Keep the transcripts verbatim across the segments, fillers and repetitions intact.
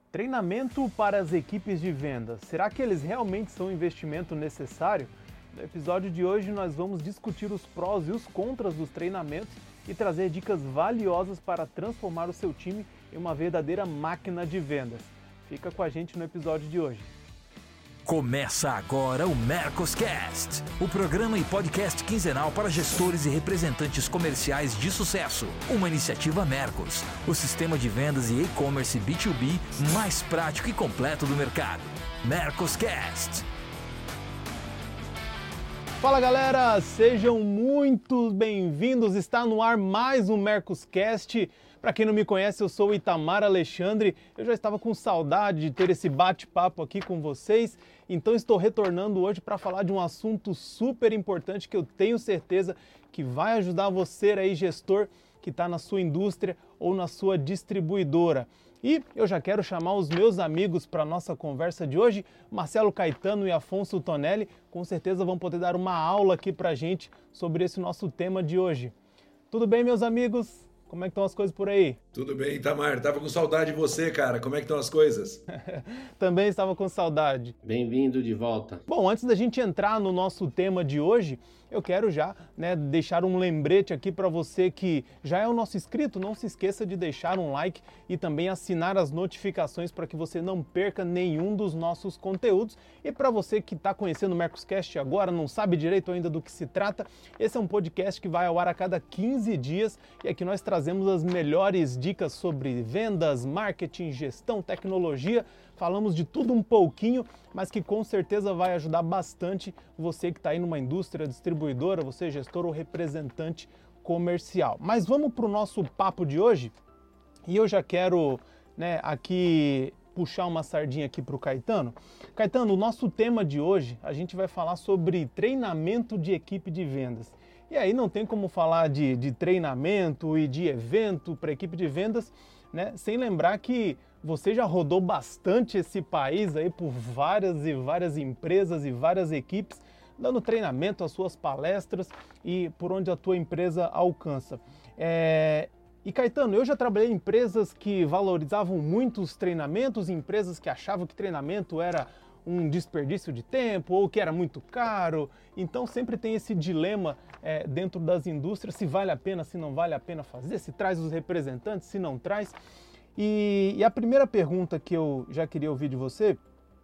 Treinamento para as equipes de vendas. Será que eles realmente são um investimento necessário? No episódio de hoje nós vamos discutir os prós e os contras dos treinamentos e trazer dicas valiosas para transformar o seu time em uma verdadeira máquina de vendas. Fica com a gente no episódio de hoje. Começa agora o Mercoscast, o programa e podcast quinzenal para gestores e representantes comerciais de sucesso. Uma iniciativa Mercos, o sistema de vendas e e-commerce B dois B mais prático e completo do mercado. Mercoscast. Fala galera, sejam muito bem-vindos. Está no ar mais um Mercoscast. Para quem não me conhece, eu sou o Itamar Alexandre. Eu já estava com saudade de ter esse bate-papo aqui com vocês, então estou retornando hoje para falar de um assunto super importante que eu tenho certeza que vai ajudar você aí, gestor, que está na sua indústria ou na sua distribuidora. E eu já quero chamar os meus amigos para a nossa conversa de hoje. Marcelo Caetano e Afonso Tonelli, com certeza vão poder dar uma aula aqui para a gente sobre esse nosso tema de hoje. Tudo bem, meus amigos? Como é que estão as coisas por aí? Tudo bem, Itamar. Tava com saudade de você, cara. Como é que estão as coisas? Também estava com saudade. Bem-vindo de volta. Bom, antes da gente entrar no nosso tema de hoje, eu quero já né, deixar um lembrete aqui para você que já é o nosso inscrito. Não se esqueça de deixar um like e também assinar as notificações para que você não perca nenhum dos nossos conteúdos. E para você que está conhecendo o Mercoscast agora, não sabe direito ainda do que se trata, esse é um podcast que vai ao ar a cada quinze dias e aqui nós trazemos as melhores dicas sobre vendas, marketing, gestão, tecnologia. Falamos de tudo um pouquinho, mas que com certeza vai ajudar bastante você que está aí numa indústria, distribuidora, você gestor ou representante comercial. Mas vamos para o nosso papo de hoje e eu já quero né, aqui puxar uma sardinha aqui para o Caetano. Caetano, o nosso tema de hoje, a gente vai falar sobre treinamento de equipe de vendas. E aí não tem como falar de, de treinamento e de evento para equipe de vendas, né, sem lembrar que você já rodou bastante esse país aí por várias e várias empresas e várias equipes, dando treinamento às suas palestras e por onde a tua empresa alcança. É... E Caetano, eu já trabalhei em empresas que valorizavam muito os treinamentos, empresas que achavam que treinamento era um desperdício de tempo ou que era muito caro. Então sempre tem esse dilema é, dentro das indústrias, se vale a pena, se não vale a pena fazer, se traz os representantes, se não traz. E, e a primeira pergunta que eu já queria ouvir de você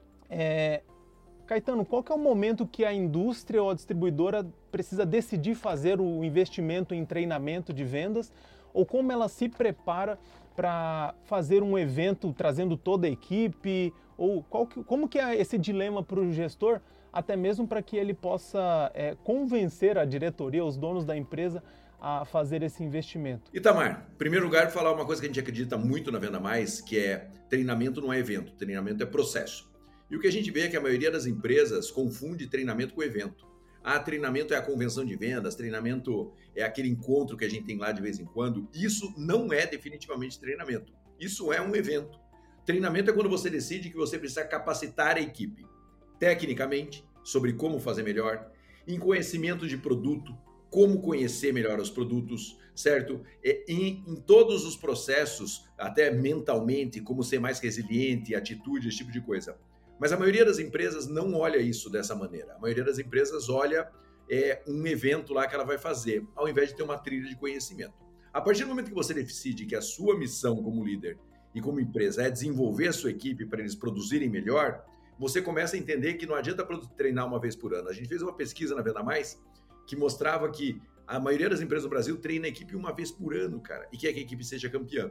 é, Caetano, qual que é o momento que a indústria ou a distribuidora precisa decidir fazer o investimento em treinamento de vendas ou como ela se prepara para fazer um evento trazendo toda a equipe ou qual que, como que é esse dilema para o gestor, até mesmo para que ele possa é, convencer a diretoria, os donos da empresa a fazer esse investimento? Itamar, em primeiro lugar, falar uma coisa que a gente acredita muito na Venda Mais, que é treinamento não é evento, treinamento é processo. E o que a gente vê é que a maioria das empresas confunde treinamento com evento. Ah, treinamento é a convenção de vendas, treinamento é aquele encontro que a gente tem lá de vez em quando. Isso não é definitivamente treinamento. Isso é um evento. Treinamento é quando você decide que você precisa capacitar a equipe, tecnicamente, sobre como fazer melhor, em conhecimento de produto, como conhecer melhor os produtos, certo? E, em, em todos os processos, até mentalmente, como ser mais resiliente, atitude, esse tipo de coisa. Mas a maioria das empresas não olha isso dessa maneira. A maioria das empresas olha é, um evento lá que ela vai fazer, ao invés de ter uma trilha de conhecimento. A partir do momento que você decide que a sua missão como líder e como empresa é desenvolver a sua equipe para eles produzirem melhor, você começa a entender que não adianta treinar uma vez por ano. A gente fez uma pesquisa na Venda Mais que mostrava que a maioria das empresas do Brasil treina a equipe uma vez por ano, cara, e quer que a equipe seja campeã.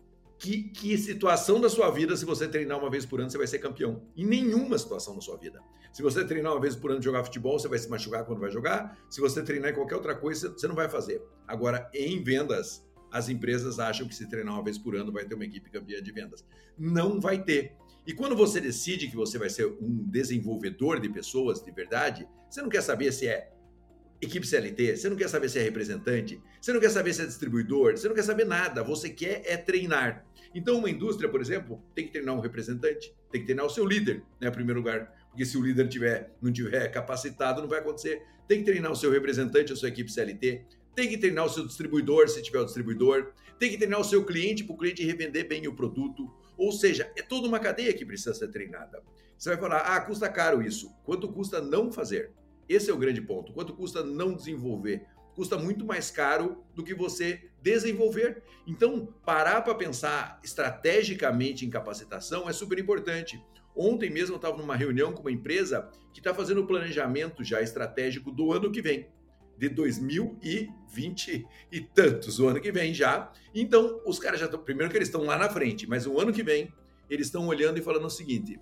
Que, que situação da sua vida, se você treinar uma vez por ano, você vai ser campeão? Em nenhuma situação da sua vida. Se você treinar uma vez por ano de jogar futebol, você vai se machucar quando vai jogar. Se você treinar em qualquer outra coisa, você não vai fazer. Agora, em vendas, as empresas acham que se treinar uma vez por ano vai ter uma equipe campeã de vendas. Não vai ter. E quando você decide que você vai ser um desenvolvedor de pessoas de verdade, você não quer saber se é equipe C L T, você não quer saber se é representante, você não quer saber se é distribuidor, você não quer saber nada, você quer é treinar. Então uma indústria, por exemplo, tem que treinar um representante, tem que treinar o seu líder, né, em primeiro lugar, porque se o líder tiver, não tiver capacitado, não vai acontecer. Tem que treinar o seu representante, a sua equipe C L T, tem que treinar o seu distribuidor, se tiver o distribuidor, tem que treinar o seu cliente para o cliente revender bem o produto, Ou seja, é toda uma cadeia que precisa ser treinada. Você vai falar, ah, custa caro isso. Quanto custa não fazer? Esse é o grande ponto. Quanto custa não desenvolver? Custa muito mais caro do que você desenvolver. Então, parar para pensar estrategicamente em capacitação é super importante. Ontem mesmo eu estava numa reunião com uma empresa que está fazendo o planejamento já estratégico do ano que vem, de dois mil e vinte e tantos, o ano que vem já. Então, os caras já estão, primeiro que eles estão lá na frente, mas o ano que vem eles estão olhando e falando o seguinte,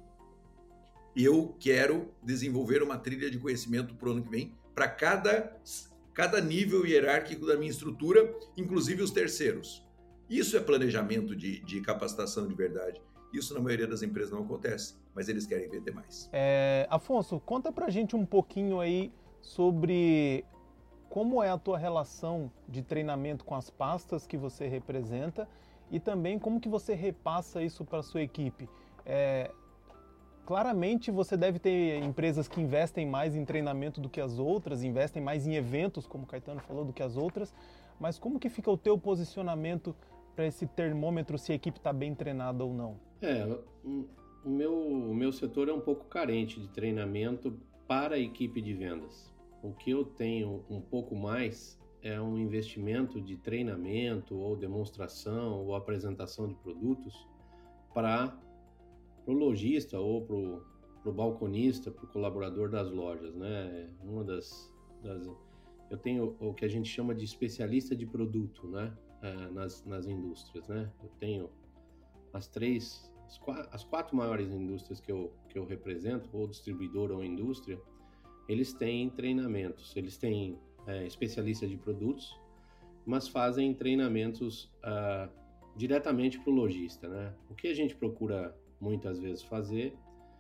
eu quero desenvolver uma trilha de conhecimento para o ano que vem, para cada, cada nível hierárquico da minha estrutura, inclusive os terceiros. Isso é planejamento de, de capacitação de verdade. Isso na maioria das empresas não acontece, mas eles querem vender mais. É, Afonso, conta pra gente um pouquinho aí sobre como é a tua relação de treinamento com as pastas que você representa e também como que você repassa isso para a sua equipe. É, claramente você deve ter empresas que investem mais em treinamento do que as outras, investem mais em eventos, como o Caetano falou, do que as outras, mas como que fica o teu posicionamento para esse termômetro se a equipe está bem treinada ou não? É, o meu, o meu setor é um pouco carente de treinamento para a equipe de vendas. O que eu tenho um pouco mais é um investimento de treinamento ou demonstração ou apresentação de produtos para o lojista ou para o balconista, para o colaborador das lojas, né? Uma das, das... Eu tenho o que a gente chama de especialista de produto, né? É, nas, nas indústrias, né? Eu tenho as três, as quatro, as quatro maiores indústrias que eu, que eu represento, ou distribuidor ou indústria, eles têm treinamentos, eles têm é, especialista de produtos, mas fazem treinamentos uh, diretamente para o lojista, né? O que a gente procura muitas vezes fazer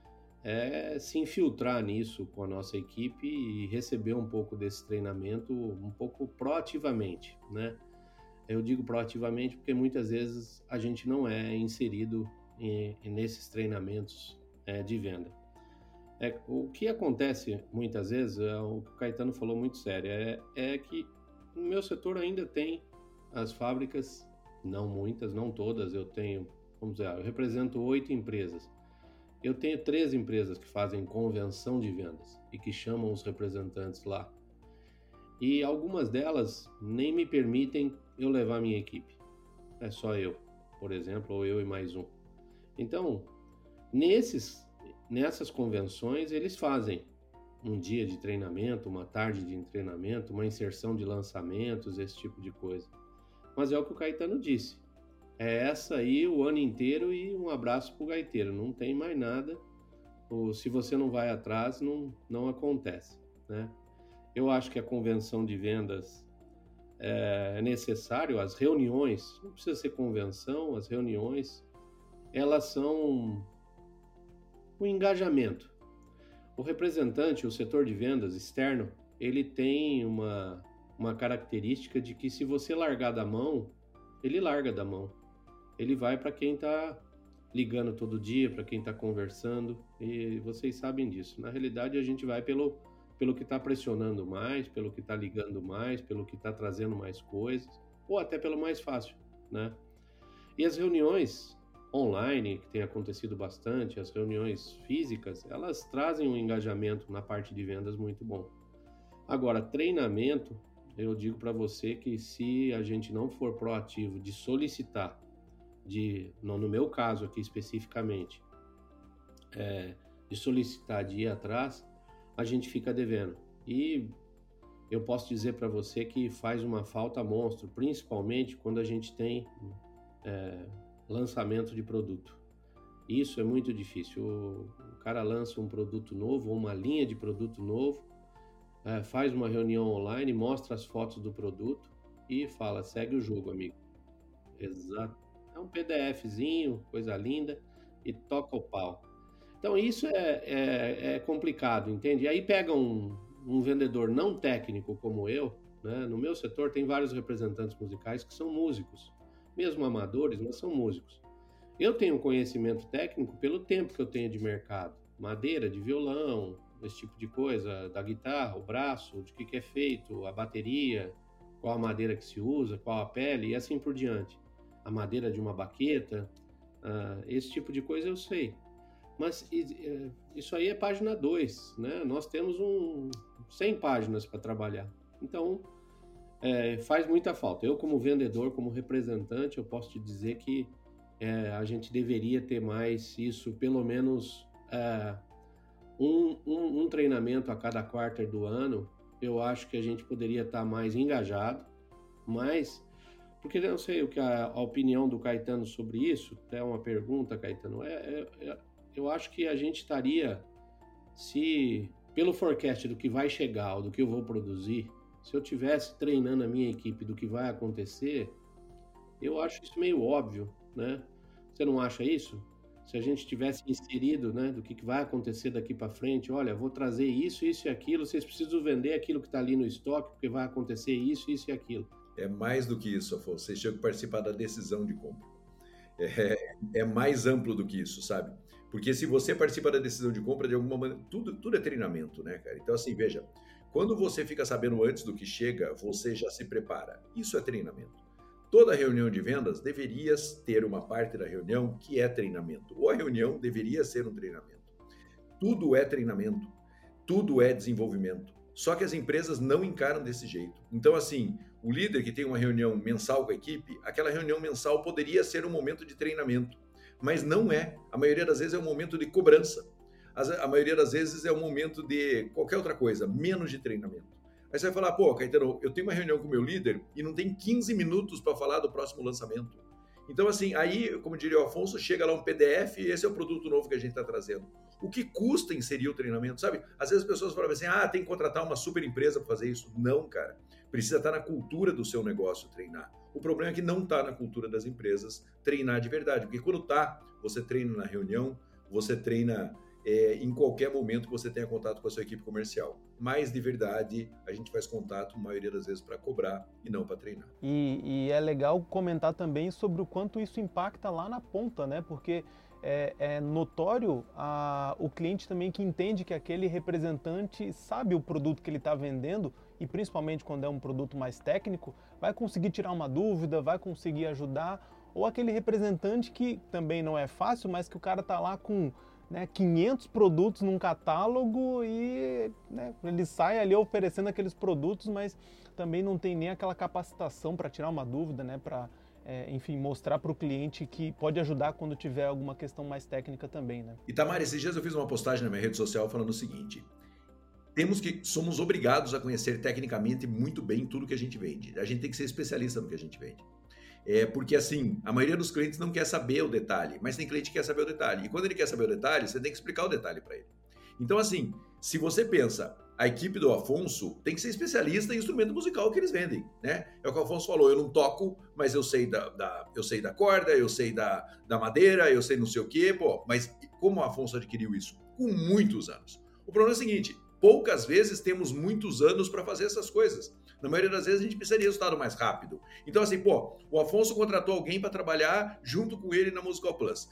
é se infiltrar nisso com a nossa equipe e receber um pouco desse treinamento um pouco proativamente, né? Eu digo proativamente porque muitas vezes a gente não é inserido em, em nesses treinamentos é, de venda. É, o que acontece muitas vezes, é o que o Caetano falou muito sério, é, é que no meu setor ainda tem as fábricas, não muitas, não todas, eu tenho, vamos dizer, eu represento oito empresas. Eu tenho três empresas que fazem convenção de vendas e que chamam os representantes lá. E algumas delas nem me permitem eu levar minha equipe. É só eu, por exemplo, ou eu e mais um. Então, nesses, nessas convenções, eles fazem um dia de treinamento, uma tarde de treinamento, uma inserção de lançamentos, esse tipo de coisa. Mas é o que o Caetano disse. É essa aí o ano inteiro e um abraço pro gaiteiro. Não tem mais nada. Ou, se você não vai atrás, não, não acontece, né? Eu acho que a convenção de vendas é necessário, as reuniões, não precisa ser convenção, as reuniões, elas são um engajamento. O representante, o setor de vendas externo, ele tem uma, uma característica de que se você largar da mão, ele larga da mão. Ele vai para quem está ligando todo dia, para quem está conversando, e vocês sabem disso. Na realidade, a gente vai pelo... pelo que está pressionando mais, pelo que está ligando mais, pelo que está trazendo mais coisas, ou até pelo mais fácil, né? E as reuniões online, que tem acontecido bastante, as reuniões físicas, elas trazem um engajamento na parte de vendas muito bom. Agora, treinamento, eu digo para você que se a gente não for proativo de solicitar, de, não, no meu caso aqui especificamente, é, de solicitar, de ir atrás, a gente fica devendo. E eu posso dizer para você que faz uma falta monstro, principalmente quando a gente tem é, lançamento de produto. Isso é muito difícil. O, o cara lança um produto novo, ou uma linha de produto novo, é, faz uma reunião online, mostra as fotos do produto e fala, segue o jogo, amigo. Exato. É um PDFzinho, coisa linda, e toca o pau. Então isso é, é, é complicado, entende? E aí pega um, um vendedor não técnico como eu, né? No meu setor tem vários representantes musicais que são músicos, mesmo amadores, mas são músicos. Eu tenho conhecimento técnico pelo tempo que eu tenho de mercado, madeira de violão, esse tipo de coisa, da guitarra, o braço, de que, que é feito, a bateria, qual a madeira que se usa, qual a pele e assim por diante. A madeira de uma baqueta. Uh, esse tipo de coisa eu sei. Mas uh, isso aí é página dois, né? Nós temos um, cem páginas para trabalhar. Então, é, faz muita falta. Eu, como vendedor, como representante, eu posso te dizer que é, a gente deveria ter mais isso, pelo menos é, um, um, um treinamento a cada quarter do ano. Eu acho que a gente poderia estar mais engajado, mas... Porque eu não sei o que a, a opinião do Caetano sobre isso, até uma pergunta, Caetano, é, é, é, eu acho que a gente estaria, se pelo forecast do que vai chegar, ou do que eu vou produzir, se eu tivesse treinando a minha equipe do que vai acontecer, eu acho isso meio óbvio, né? Você não acha isso? Se a gente tivesse inserido, né, do que, que vai acontecer daqui para frente, olha, vou trazer isso, isso e aquilo, vocês precisam vender aquilo que está ali no estoque, porque vai acontecer isso, isso e aquilo. É mais do que isso, Afonso. Vocês tinham que participar da decisão de compra. É, é mais amplo do que isso, sabe? Porque se você participa da decisão de compra, de alguma maneira, tudo, tudo é treinamento, né, cara? Então, assim, veja, quando você fica sabendo antes do que chega, você já se prepara. Isso é treinamento. Toda reunião de vendas deveria ter uma parte da reunião que é treinamento. Ou a reunião deveria ser um treinamento. Tudo é treinamento. Tudo é desenvolvimento. Só que as empresas não encaram desse jeito. Então, assim, o líder que tem uma reunião mensal com a equipe, aquela reunião mensal poderia ser um momento de treinamento, mas não é. A maioria das vezes é um momento de cobrança. A maioria das vezes é um momento de qualquer outra coisa, menos de treinamento. Aí você vai falar, pô, Caetano, eu tenho uma reunião com o meu líder e não tem quinze minutos para falar do próximo lançamento. Então, assim, aí, como diria o Afonso, chega lá um P D F e esse é o produto novo que a gente está trazendo. O que custa inserir o treinamento, sabe? Às vezes as pessoas falam assim, ah, tem que contratar uma super empresa para fazer isso. Não, cara. Precisa estar na cultura do seu negócio treinar. O problema é que não está na cultura das empresas treinar de verdade. Porque quando está, você treina na reunião, você treina é, em qualquer momento que você tenha contato com a sua equipe comercial. Mas, de verdade, a gente faz contato, a maioria das vezes, para cobrar e não para treinar. E, e é legal comentar também sobre o quanto isso impacta lá na ponta, né? Porque é, é notório a, o cliente também que entende que aquele representante sabe o produto que ele está vendendo e principalmente quando é um produto mais técnico, vai conseguir tirar uma dúvida, vai conseguir ajudar. Ou aquele representante que também não é fácil, mas que o cara está lá com... Né, quinhentos produtos num catálogo e né, ele sai ali oferecendo aqueles produtos, mas também não tem nem aquela capacitação para tirar uma dúvida, né, para, é, enfim, mostrar para o cliente que pode ajudar quando tiver alguma questão mais técnica também. Né? Itamar, esses dias eu fiz uma postagem na minha rede social falando o seguinte, temos que, somos obrigados a conhecer tecnicamente muito bem tudo que a gente vende. A gente tem que ser especialista no que a gente vende. É porque, assim, a maioria dos clientes não quer saber o detalhe, mas tem cliente que quer saber o detalhe. E quando ele quer saber o detalhe, você tem que explicar o detalhe para ele. Então, assim, se você pensa, a equipe do Afonso tem que ser especialista em instrumento musical que eles vendem, né? É o que o Afonso falou, eu não toco, mas eu sei da, da, eu sei da corda, eu sei da, da madeira, eu sei não sei o quê, pô, mas como o Afonso adquiriu isso? Com muitos anos. O problema é o seguinte, poucas vezes temos muitos anos para fazer essas coisas. Na maioria das vezes a gente precisa de resultado mais rápido. Então assim, pô, o Afonso contratou alguém para trabalhar junto com ele na Musical Plus.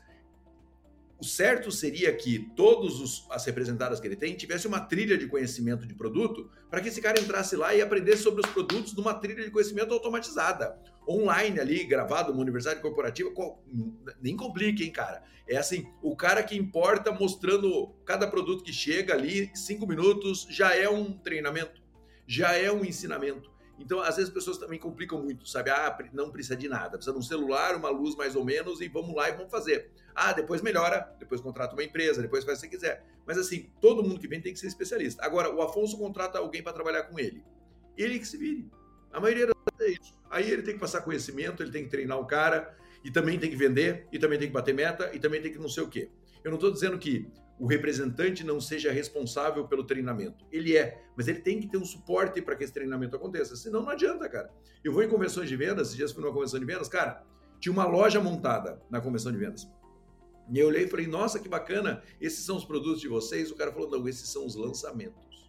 O certo seria que todas as representadas que ele tem tivesse uma trilha de conhecimento de produto para que esse cara entrasse lá e aprendesse sobre os produtos numa trilha de conhecimento automatizada. Online ali, gravado, uma universidade corporativa, nem complica, hein, cara? É assim, o cara que importa mostrando cada produto que chega ali, cinco minutos, já é um treinamento, já é um ensinamento. Então, às vezes as pessoas também complicam muito, sabe? Ah, não precisa de nada, precisa de um celular, uma luz mais ou menos e vamos lá e vamos fazer. Ah, depois melhora, depois contrata uma empresa, depois faz o que você quiser. Mas assim, todo mundo que vem tem que ser especialista. Agora, o Afonso contrata alguém para trabalhar com ele. Ele que se vire. A maioria das vezes é isso. Aí ele tem que passar conhecimento, ele tem que treinar o cara, e também tem que vender, e também tem que bater meta, e também tem que não sei o quê. Eu não estou dizendo que o representante não seja responsável pelo treinamento. Ele é, mas ele tem que ter um suporte para que esse treinamento aconteça. Senão não adianta, cara. Eu vou em convenções de vendas, esses dias fui numa convenção de vendas, cara, tinha uma loja montada na convenção de vendas. E eu olhei e falei, nossa, que bacana, esses são os produtos de vocês? O cara falou, não, esses são os lançamentos.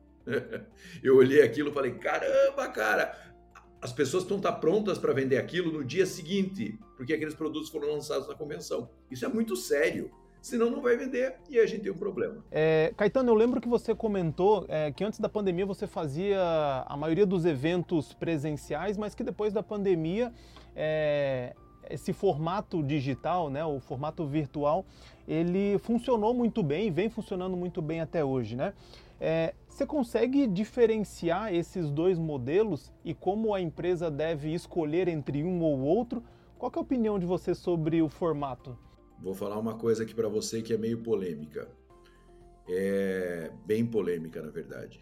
Eu olhei aquilo e falei, caramba, cara, as pessoas estão tá prontas para vender aquilo no dia seguinte, porque aqueles produtos foram lançados na convenção. Isso é muito sério. Senão não vai vender e a gente tem um problema. É, Caetano, eu lembro que você comentou é, que antes da pandemia você fazia a maioria dos eventos presenciais, mas que depois da pandemia é, esse formato digital, né, o formato virtual, ele funcionou muito bem, vem funcionando muito bem até hoje, né? É, você consegue diferenciar esses dois modelos e como a empresa deve escolher entre um ou outro? Qual que é a opinião de você sobre o formato? Vou falar uma coisa aqui para você que é meio polêmica. É bem polêmica, na verdade.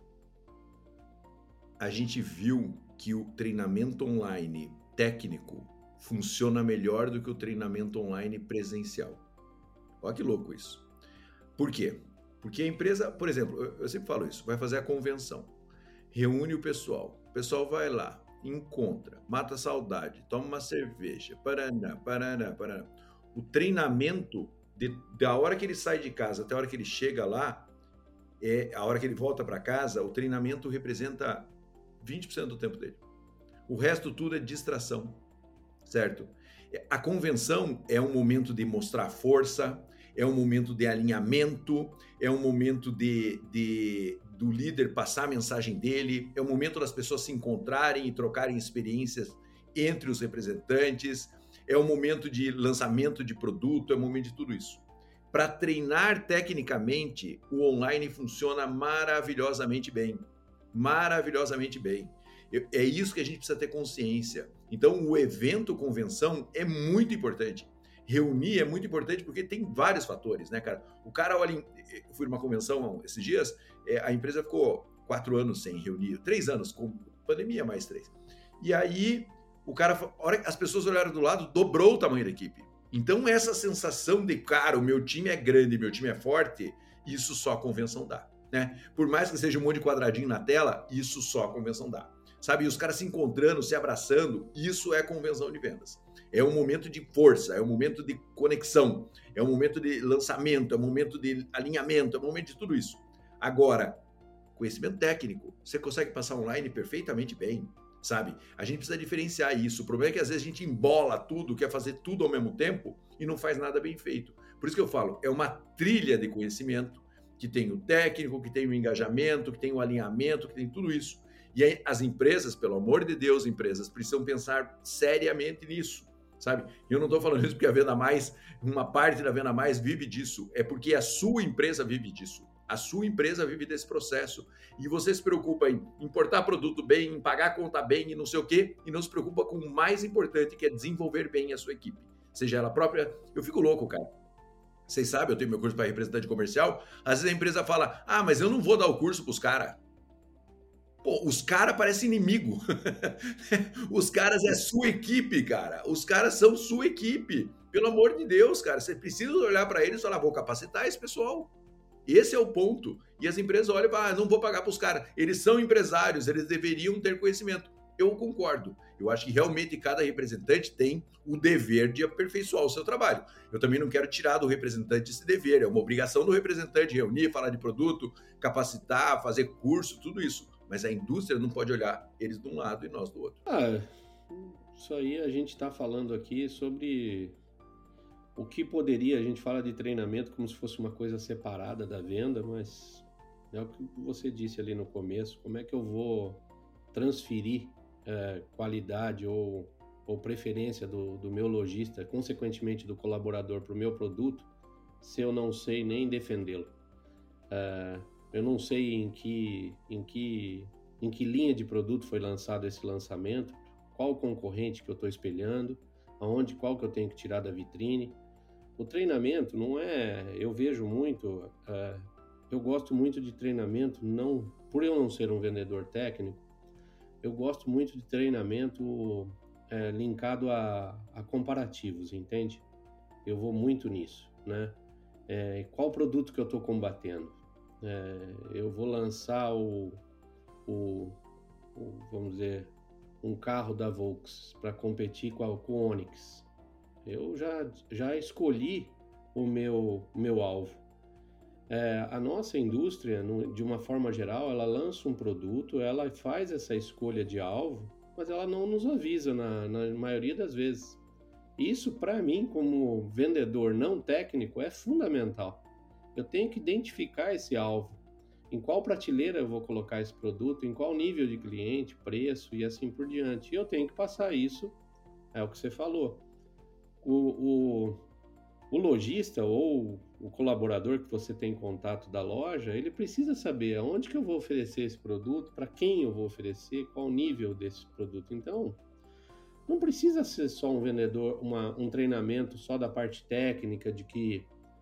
A gente viu que o treinamento online técnico funciona melhor do que o treinamento online presencial. Olha que louco isso. Por quê? Porque a empresa, por exemplo, eu, eu sempre falo isso, vai fazer a convenção, reúne o pessoal, o pessoal vai lá, encontra, mata a saudade, toma uma cerveja, paraná, paraná, paraná. O treinamento, de, da hora que ele sai de casa até a hora que ele chega lá, é, a hora que ele volta para casa, o treinamento representa vinte por cento do tempo dele. O resto tudo é distração, certo? A convenção é um momento de mostrar força, é um momento de alinhamento, é um momento de, de, do líder passar a mensagem dele, é um momento das pessoas se encontrarem e trocarem experiências entre os representantes, é um momento de lançamento de produto, é um momento de tudo isso. Para treinar tecnicamente, o online funciona maravilhosamente bem, maravilhosamente bem. É isso que a gente precisa ter consciência. Então, o evento convenção é muito importante. Reunir é muito importante porque tem vários fatores, né, cara? O cara olha... Eu fui numa convenção esses dias, a empresa ficou quatro anos sem reunir, três anos, com pandemia mais três. E aí, o cara... As pessoas olharam do lado, dobrou o tamanho da equipe. Então, essa sensação de, cara, o meu time é grande, meu time é forte, isso só a convenção dá, né? Por mais que seja um monte de quadradinho na tela, isso só a convenção dá. Sabe, e os caras se encontrando, se abraçando, isso é convenção de vendas. É um momento de força, é um momento de conexão, é um momento de lançamento, é um momento de alinhamento, é um momento de tudo isso. Agora, conhecimento técnico, você consegue passar online perfeitamente bem, sabe? A gente precisa diferenciar isso. O problema é que às vezes a gente embola tudo, quer fazer tudo ao mesmo tempo e não faz nada bem feito. Por isso que eu falo, é uma trilha de conhecimento que tem o técnico, que tem o engajamento, que tem o alinhamento, que tem tudo isso. E aí, as empresas, pelo amor de Deus, empresas precisam pensar seriamente nisso, sabe? Eu não estou falando isso porque a Venda Mais, uma parte da Venda Mais vive disso, é porque a sua empresa vive disso. A sua empresa vive desse processo. E você se preocupa em importar produto bem, em pagar a conta bem e não sei o quê, e não se preocupa com o mais importante, que é desenvolver bem a sua equipe. Seja ela própria... Eu fico louco, cara. Vocês sabem, eu tenho meu curso para representante comercial, às vezes a empresa fala, ah, mas eu não vou dar o curso para os caras. Pô, os caras parecem inimigo. Os caras é sua equipe, cara. Os caras são sua equipe. Pelo amor de Deus, cara. Você precisa olhar para eles e falar, vou capacitar esse pessoal. Esse é o ponto. E as empresas olham e falam, ah, não vou pagar para os caras. Eles são empresários, eles deveriam ter conhecimento. Eu concordo. Eu acho que realmente cada representante tem o dever de aperfeiçoar o seu trabalho. Eu também não quero tirar do representante esse dever. É uma obrigação do representante reunir, falar de produto, capacitar, fazer curso, tudo isso. Mas a indústria não pode olhar eles de um lado e nós do outro. Ah, isso aí a gente está falando aqui sobre o que poderia, a gente fala de treinamento como se fosse uma coisa separada da venda, mas é o que você disse ali no começo, como é que eu vou transferir é, qualidade ou, ou preferência do, do meu lojista, consequentemente do colaborador para o meu produto, se eu não sei nem defendê-lo. É, Eu não sei em que, em, que, em que linha de produto foi lançado esse lançamento, qual o concorrente que eu estou espelhando, aonde, qual que eu tenho que tirar da vitrine. O treinamento não é... Eu vejo muito... Uh, eu gosto muito de treinamento, não, por eu não ser um vendedor técnico, eu gosto muito de treinamento uh, linkado a, a comparativos, entende? Eu vou muito nisso, né? É, qual produto que eu estou combatendo? É, eu vou lançar o, o, o, vamos dizer, um carro da Volks para competir com, a, com o Onix. Eu já, já escolhi o meu, meu alvo. É, a nossa indústria, no, de uma forma geral, ela lança um produto, ela faz essa escolha de alvo, mas ela não nos avisa na, na maioria das vezes. Isso, para mim, como vendedor não técnico, é fundamental. Eu tenho que identificar esse alvo, em qual prateleira eu vou colocar esse produto, em qual nível de cliente, preço e assim por diante. E eu tenho que passar isso, é o que você falou, o, o, o lojista ou o colaborador que você tem contato da loja, ele precisa saber aonde que eu vou oferecer esse produto, para quem eu vou oferecer, qual o nível desse produto. Então, não precisa ser só um vendedor, uma, um treinamento só da parte técnica, de que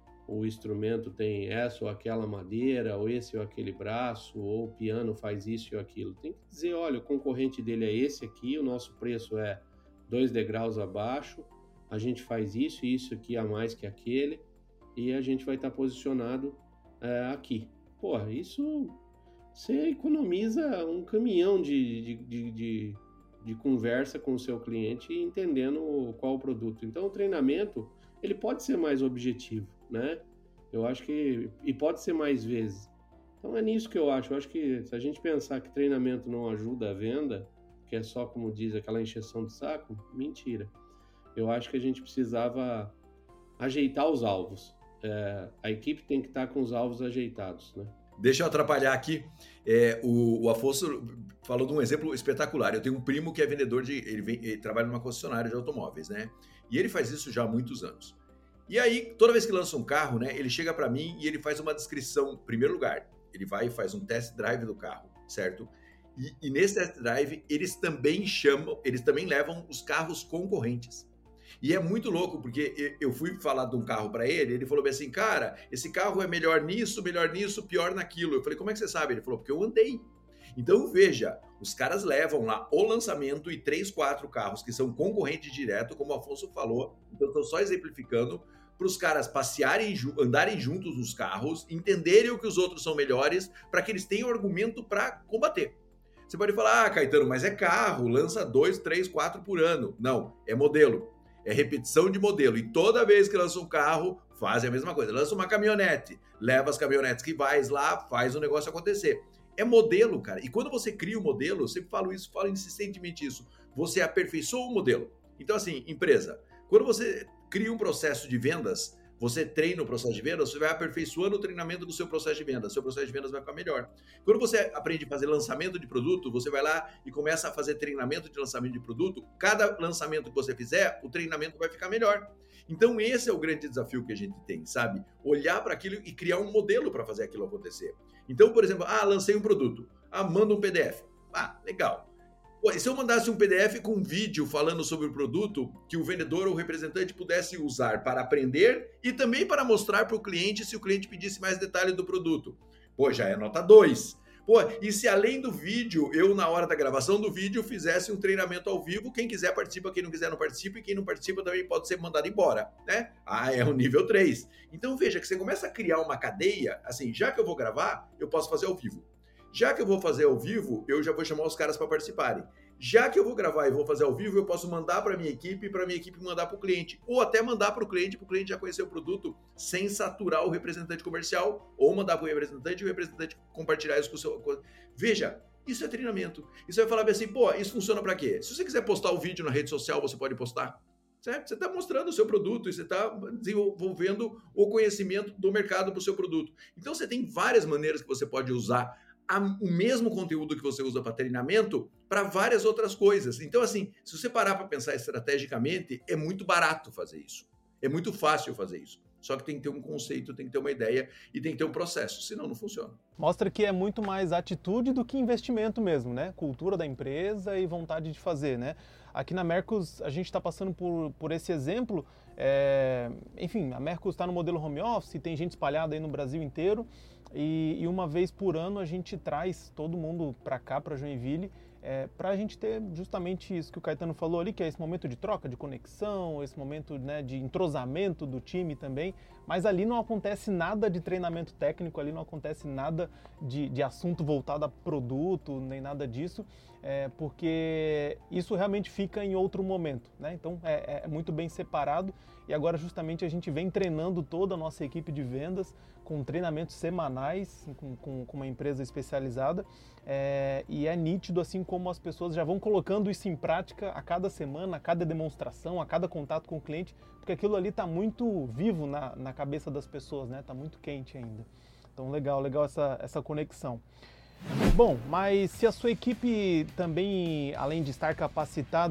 o instrumento tem essa ou aquela madeira, ou esse ou aquele braço, ou o piano faz isso ou aquilo. Tem que dizer, olha, o concorrente dele é esse aqui, o nosso preço é dois degraus abaixo, a gente faz isso e isso aqui a mais que aquele, e a gente vai estar posicionado é, aqui. Pô, isso você economiza um caminhão de, de, de, de, de conversa com o seu cliente, entendendo qual o produto. Então, o treinamento, ele pode ser mais objetivo, né? Eu acho que... E pode ser mais vezes. Então, é nisso que eu acho. Eu acho que se a gente pensar que treinamento não ajuda a venda, que é só, como diz, aquela encheção de saco, mentira. Eu acho que a gente precisava ajeitar os alvos. É, a equipe tem que estar com os alvos ajeitados, né? Deixa eu atrapalhar aqui. É, o, o Afonso falou de um exemplo espetacular. Eu tenho um primo que é vendedor de... Ele, vem, ele trabalha numa concessionária de automóveis, né? E ele faz isso já há muitos anos. E aí, toda vez que lança um carro, né? Ele chega para mim e ele faz uma descrição. Em primeiro lugar, ele vai e faz um test drive do carro, certo? E, e nesse test drive, eles também chamam... Eles também levam os carros concorrentes. E é muito louco, porque eu fui falar de um carro para ele, ele falou bem assim, cara, esse carro é melhor nisso, melhor nisso, pior naquilo. Eu falei, como é que você sabe? Ele falou, porque eu andei. Então, veja, os caras levam lá o lançamento e três, quatro carros que são concorrentes direto, como o Afonso falou. Então, estou só exemplificando, para os caras passearem, andarem juntos nos carros, entenderem o que os outros são melhores, para que eles tenham argumento para combater. Você pode falar, ah, Caetano, mas é carro, lança dois, três, quatro por ano. Não, é modelo. É repetição de modelo. E toda vez que lança um carro, fazem a mesma coisa. Lança uma caminhonete, leva as caminhonetes que vai lá, faz o negócio acontecer. É modelo, cara. E quando você cria o um modelo, eu sempre falo isso, falo insistentemente isso, você aperfeiçoa o modelo. Então, assim, empresa, quando você cria um processo de vendas, você treina o processo de vendas, você vai aperfeiçoando o treinamento do seu processo de vendas, seu processo de vendas vai ficar melhor. Quando você aprende a fazer lançamento de produto, você vai lá e começa a fazer treinamento de lançamento de produto, cada lançamento que você fizer, o treinamento vai ficar melhor. Então esse é o grande desafio que a gente tem, sabe? Olhar para aquilo e criar um modelo para fazer aquilo acontecer. Então, por exemplo, ah, lancei um produto, ah, manda um P D F. Ah, legal. Pô, e se eu mandasse um P D F com um vídeo falando sobre o produto que o vendedor ou o representante pudesse usar para aprender e também para mostrar para o cliente se o cliente pedisse mais detalhes do produto? Pô, já é nota dois. Pô, e se além do vídeo, eu na hora da gravação do vídeo fizesse um treinamento ao vivo, quem quiser participa, quem não quiser não participa e quem não participa também pode ser mandado embora, né? Ah, é o nível três. Então veja que você começa a criar uma cadeia, assim, já que eu vou gravar, eu posso fazer ao vivo. Já que eu vou fazer ao vivo, eu já vou chamar os caras para participarem. Já que eu vou gravar e vou fazer ao vivo, eu posso mandar para a minha equipe e para a minha equipe mandar para o cliente. Ou até mandar para o cliente, para o cliente já conhecer o produto sem saturar o representante comercial, ou mandar para o representante e o representante compartilhar isso com o seu... Veja, isso é treinamento. E você vai falar assim, pô, isso funciona para quê? Se você quiser postar o vídeo na rede social, você pode postar. Certo? Você está mostrando o seu produto e você está desenvolvendo o conhecimento do mercado para o seu produto. Então, você tem várias maneiras que você pode usar o mesmo conteúdo que você usa para treinamento para várias outras coisas. Então, assim, se você parar para pensar estrategicamente, é muito barato fazer isso. É muito fácil fazer isso. Só que tem que ter um conceito, tem que ter uma ideia e tem que ter um processo, senão não funciona. Mostra que é muito mais atitude do que investimento mesmo, né? Cultura da empresa e vontade de fazer, né? Aqui na Mercos, a gente está passando por, por esse exemplo. É... Enfim, a Mercos está no modelo home office, tem gente espalhada aí no Brasil inteiro. E, e uma vez por ano a gente traz todo mundo para cá, para Joinville, é, para a gente ter justamente isso que o Caetano falou ali, que é esse momento de troca, de conexão, esse momento, né, de entrosamento do time também, mas ali não acontece nada de treinamento técnico, ali não acontece nada de, de assunto voltado a produto, nem nada disso, é, porque isso realmente fica em outro momento, né? Então é, é muito bem separado e agora justamente a gente vem treinando toda a nossa equipe de vendas com treinamentos semanais, com, com, com uma empresa especializada, é, e é nítido assim como as pessoas já vão colocando isso em prática a cada semana, a cada demonstração, a cada contato com o cliente, porque aquilo ali está muito vivo na, na cabeça das pessoas, né? Está muito quente ainda. Então legal, legal essa, essa conexão. Bom, mas se a sua equipe também, além de estar capacitada,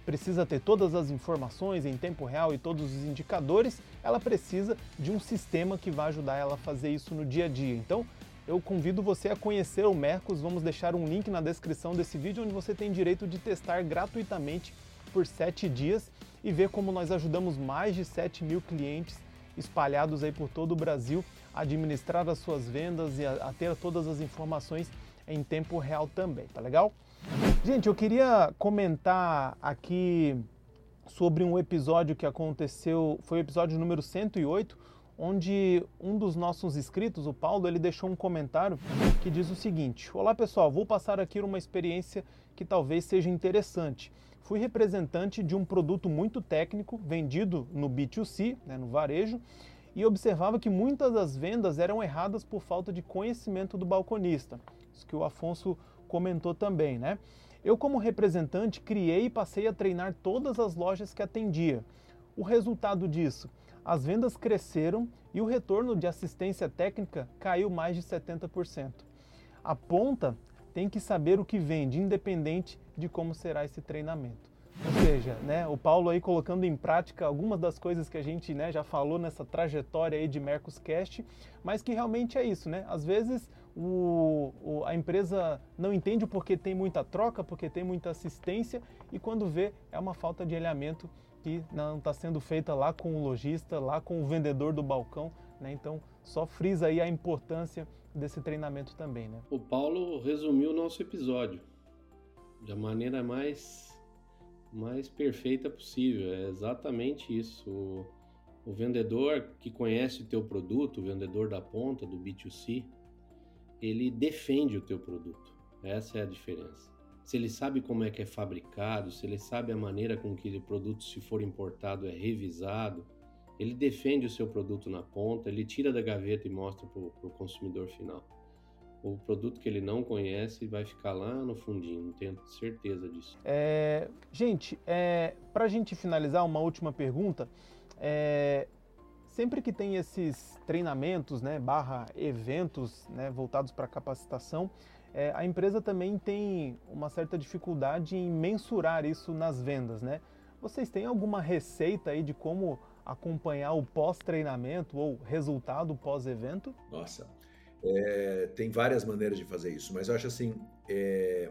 precisa ter todas as informações em tempo real e todos os indicadores, ela precisa de um sistema que vai ajudar ela a fazer isso no dia a dia. Então, eu convido você a conhecer o Mercos, vamos deixar um link na descrição desse vídeo onde você tem direito de testar gratuitamente por sete dias e ver como nós ajudamos mais de sete mil clientes espalhados aí por todo o Brasil a administrar as suas vendas e a, a ter todas as informações em tempo real também, tá legal? Gente, eu queria comentar aqui sobre um episódio que aconteceu, foi o episódio número cento e oito, onde um dos nossos inscritos, o Paulo, ele deixou um comentário que diz o seguinte: olá pessoal, vou passar aqui uma experiência que talvez seja interessante. Fui representante de um produto muito técnico vendido no B dois C, né, no varejo, e observava que muitas das vendas eram erradas por falta de conhecimento do balconista. Isso que o Afonso comentou também, né? Eu, como representante, criei e passei a treinar todas as lojas que atendia. O resultado disso? As vendas cresceram e o retorno de assistência técnica caiu mais de setenta por cento. A ponta tem que saber o que vende, independente de como será esse treinamento. Ou seja, né, o Paulo aí colocando em prática algumas das coisas que a gente, né, já falou nessa trajetória aí de Mercoscast, mas que realmente é isso, né? Às vezes o, o, a empresa não entende porque tem muita troca, porque tem muita assistência e quando vê é uma falta de alinhamento que não está sendo feita lá com o lojista, lá com o vendedor do balcão, né? Então só frisa aí a importância desse treinamento também, né? O Paulo resumiu o nosso episódio da maneira mais, mais perfeita possível. É exatamente isso. O, o vendedor que conhece o teu produto, o vendedor da ponta, do B dois C, ele defende o teu produto. Essa é a diferença. Se ele sabe como é que é fabricado, se ele sabe a maneira com que o produto, se for importado, é revisado, ele defende o seu produto na ponta, ele tira da gaveta e mostra para o consumidor final. O produto que ele não conhece vai ficar lá no fundinho, não tenho certeza disso. É, gente, é, para a gente finalizar, uma última pergunta. É, sempre que tem esses treinamentos, né, barra eventos, né, voltados para capacitação, é, a empresa também tem uma certa dificuldade em mensurar isso nas vendas, né? Vocês têm alguma receita aí de como acompanhar o pós-treinamento ou resultado pós-evento? Nossa, é, tem várias maneiras de fazer isso, mas eu acho assim, é,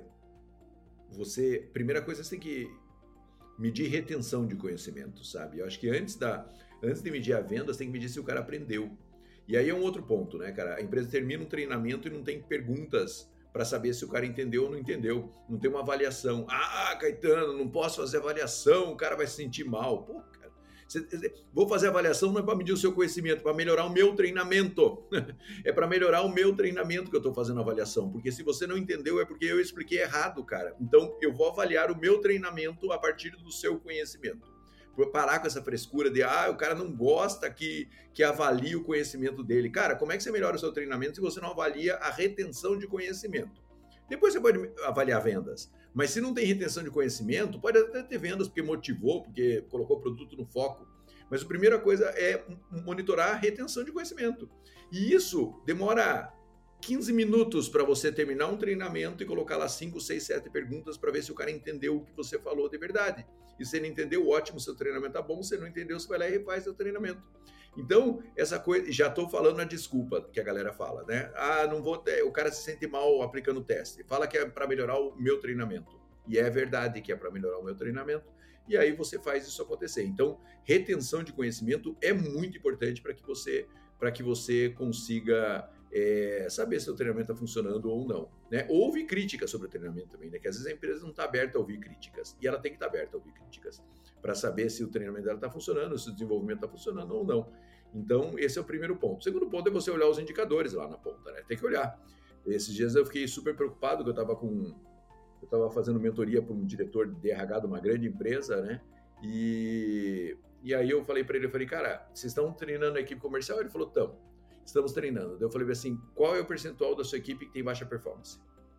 você, primeira coisa, você tem que medir retenção de conhecimento, sabe? Eu acho que antes, da, antes de medir a venda, você tem que medir se o cara aprendeu. E aí é um outro ponto, né, cara? A empresa termina um treinamento e não tem perguntas para saber se o cara entendeu ou não entendeu. Não tem uma avaliação. Ah, Caetano, não posso fazer avaliação, o cara vai se sentir mal. Pô, cara, vou fazer avaliação não é para medir o seu conhecimento, é para melhorar o meu treinamento. É para melhorar o meu treinamento que eu estou fazendo avaliação. Porque se você não entendeu é porque eu expliquei errado, cara. Então, eu vou avaliar o meu treinamento a partir do seu conhecimento. Parar com essa frescura de, ah, o cara não gosta que, que avalie o conhecimento dele. Cara, como é que você melhora o seu treinamento se você não avalia a retenção de conhecimento? Depois você pode avaliar vendas. Mas se não tem retenção de conhecimento, pode até ter vendas porque motivou, porque colocou o produto no foco. Mas a primeira coisa é monitorar a retenção de conhecimento. E isso demora quinze minutos para você terminar um treinamento e colocar lá cinco, seis, sete perguntas para ver se o cara entendeu o que você falou de verdade. E se ele entendeu, ótimo, seu treinamento tá bom. Se ele não entendeu, você vai lá e refaz seu treinamento. Então, essa coisa, já estou falando a desculpa que a galera fala, né? Ah, não vou ter, o cara se sente mal aplicando o teste. Fala que é para melhorar o meu treinamento. E é verdade que é para melhorar o meu treinamento. E aí você faz isso acontecer. Então, retenção de conhecimento é muito importante para que você, para que você consiga É, saber se o treinamento está funcionando ou não, né? Houve críticas sobre o treinamento também, né? Que às vezes a empresa não está aberta a ouvir críticas e ela tem que estar tá aberta a ouvir críticas para saber se o treinamento dela está funcionando, se o desenvolvimento está funcionando ou não. Então, esse é o primeiro ponto. O segundo ponto é você olhar os indicadores lá na ponta, né? Tem que olhar. Esses dias eu fiquei super preocupado que eu estava com, eu estava fazendo mentoria para um diretor de R H de uma grande empresa, né? E, e aí eu falei para ele, eu falei, cara, vocês estão treinando a equipe comercial? Ele falou, estamos. Estamos treinando. Daí eu falei assim, qual é o percentual da sua equipe que tem baixa performance?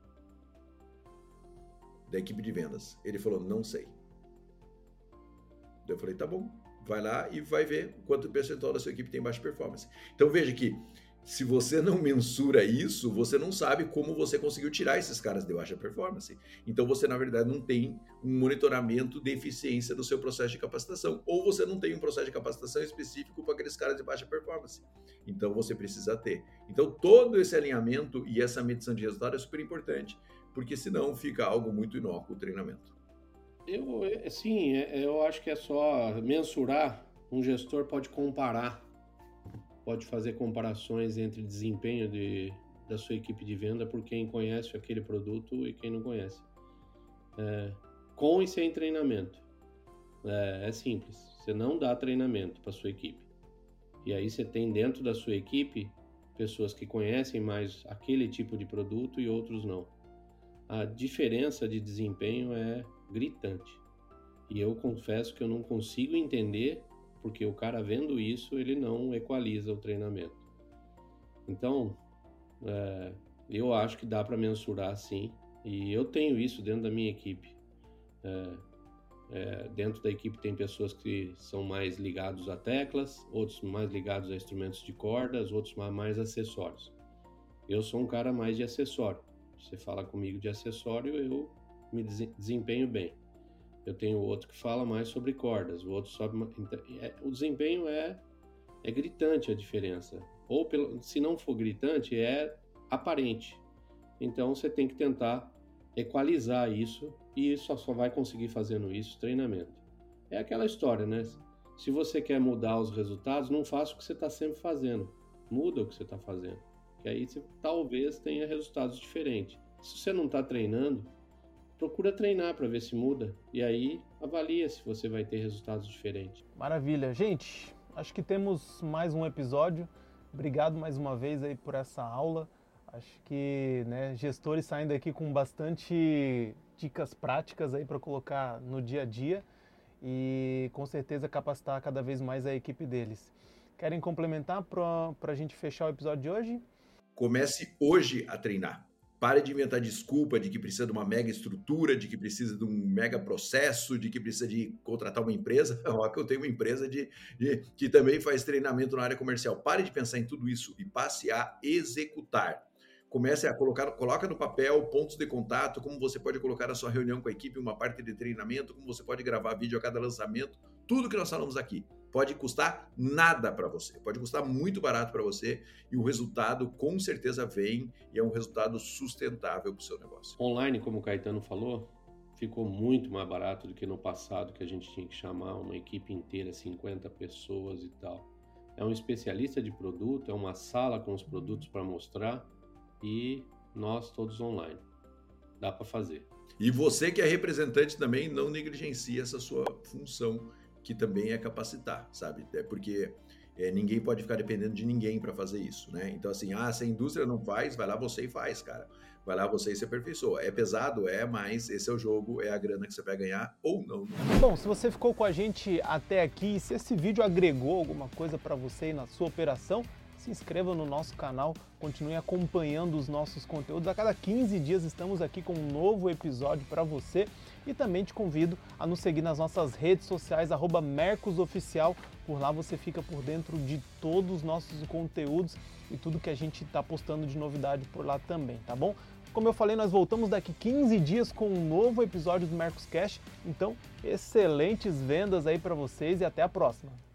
Da equipe de vendas. Ele falou, não sei. Daí eu falei, tá bom, vai lá e vai ver quanto percentual da sua equipe tem baixa performance. Então veja que Se você não mensura isso, você não sabe como você conseguiu tirar esses caras de baixa performance. Então você, na verdade, não tem um monitoramento de eficiência do seu processo de capacitação. Ou você não tem um processo de capacitação específico para aqueles caras de baixa performance. Então você precisa ter. Então todo esse alinhamento e essa medição de resultado é super importante, porque senão fica algo muito inócuo o treinamento. Eu, sim, eu acho que é só mensurar. Um gestor pode comparar. Pode fazer comparações entre desempenho de, da sua equipe de venda por quem conhece aquele produto e quem não conhece. É, com e sem treinamento. É, é simples. Você não dá treinamento para sua equipe. E aí você tem dentro da sua equipe pessoas que conhecem mais aquele tipo de produto e outros não. A diferença de desempenho é gritante. E eu confesso que eu não consigo entender porque o cara vendo isso, ele não equaliza o treinamento. Então, é, eu acho que dá para mensurar sim, e eu tenho isso dentro da minha equipe. É, é, dentro da equipe tem pessoas que são mais ligados a teclas, outros mais ligados a instrumentos de cordas, outros mais acessórios. Eu sou um cara mais de acessório. Você fala comigo de acessório, eu me desempenho bem. Eu tenho outro que fala mais sobre cordas, o outro sobre... O desempenho é, é gritante a diferença. Ou, pelo, se não for gritante, é aparente. Então, você tem que tentar equalizar isso, e isso só vai conseguir fazendo isso, treinamento. É aquela história, né? Se você quer mudar os resultados, não faça o que você está sempre fazendo. Muda o que você está fazendo. Que aí você talvez tenha resultados diferentes. Se você não está treinando, procura treinar para ver se muda e aí avalia se você vai ter resultados diferentes. Maravilha. Gente, acho que temos mais um episódio. Obrigado mais uma vez aí por essa aula. Acho que, né, gestores saindo aqui com bastante dicas práticas aí para colocar no dia a dia e com certeza capacitar cada vez mais a equipe deles. Querem complementar para a gente fechar o episódio de hoje? Comece hoje a treinar. Pare de inventar desculpa de que precisa de uma mega estrutura, de que precisa de um mega processo, de que precisa de contratar uma empresa. Ó, que eu tenho uma empresa de, de, que também faz treinamento na área comercial. Pare de pensar em tudo isso e passe a executar. Comece a colocar, coloca no papel pontos de contato, como você pode colocar na sua reunião com a equipe uma parte de treinamento, como você pode gravar vídeo a cada lançamento, tudo que nós falamos aqui. Pode custar nada para você, pode custar muito barato para você e o resultado com certeza vem e é um resultado sustentável para o seu negócio. Online, como o Caetano falou, ficou muito mais barato do que no passado, que a gente tinha que chamar uma equipe inteira, cinquenta pessoas e tal. É um especialista de produto, é uma sala com os produtos para mostrar e nós todos online. Dá para fazer. E você que é representante também não negligencie essa sua função, que também é capacitar, sabe? É porque é, ninguém pode ficar dependendo de ninguém para fazer isso, né? Então assim, ah, se a indústria não faz, vai lá você e faz, cara. Vai lá você e se aperfeiçoa. É pesado, é, mas esse é o jogo, é a grana que você vai ganhar ou não. Bom, se você ficou com a gente até aqui, se esse vídeo agregou alguma coisa para você e na sua operação, se inscreva no nosso canal, continue acompanhando os nossos conteúdos. A cada quinze dias estamos aqui com um novo episódio para você e também te convido a nos seguir nas nossas redes sociais, arroba mercosoficial. Por lá você fica por dentro de todos os nossos conteúdos e tudo que a gente está postando de novidade por lá também, tá bom? Como eu falei, nós voltamos daqui quinze dias com um novo episódio do Mercoscast. Então, excelentes vendas aí para vocês e até a próxima!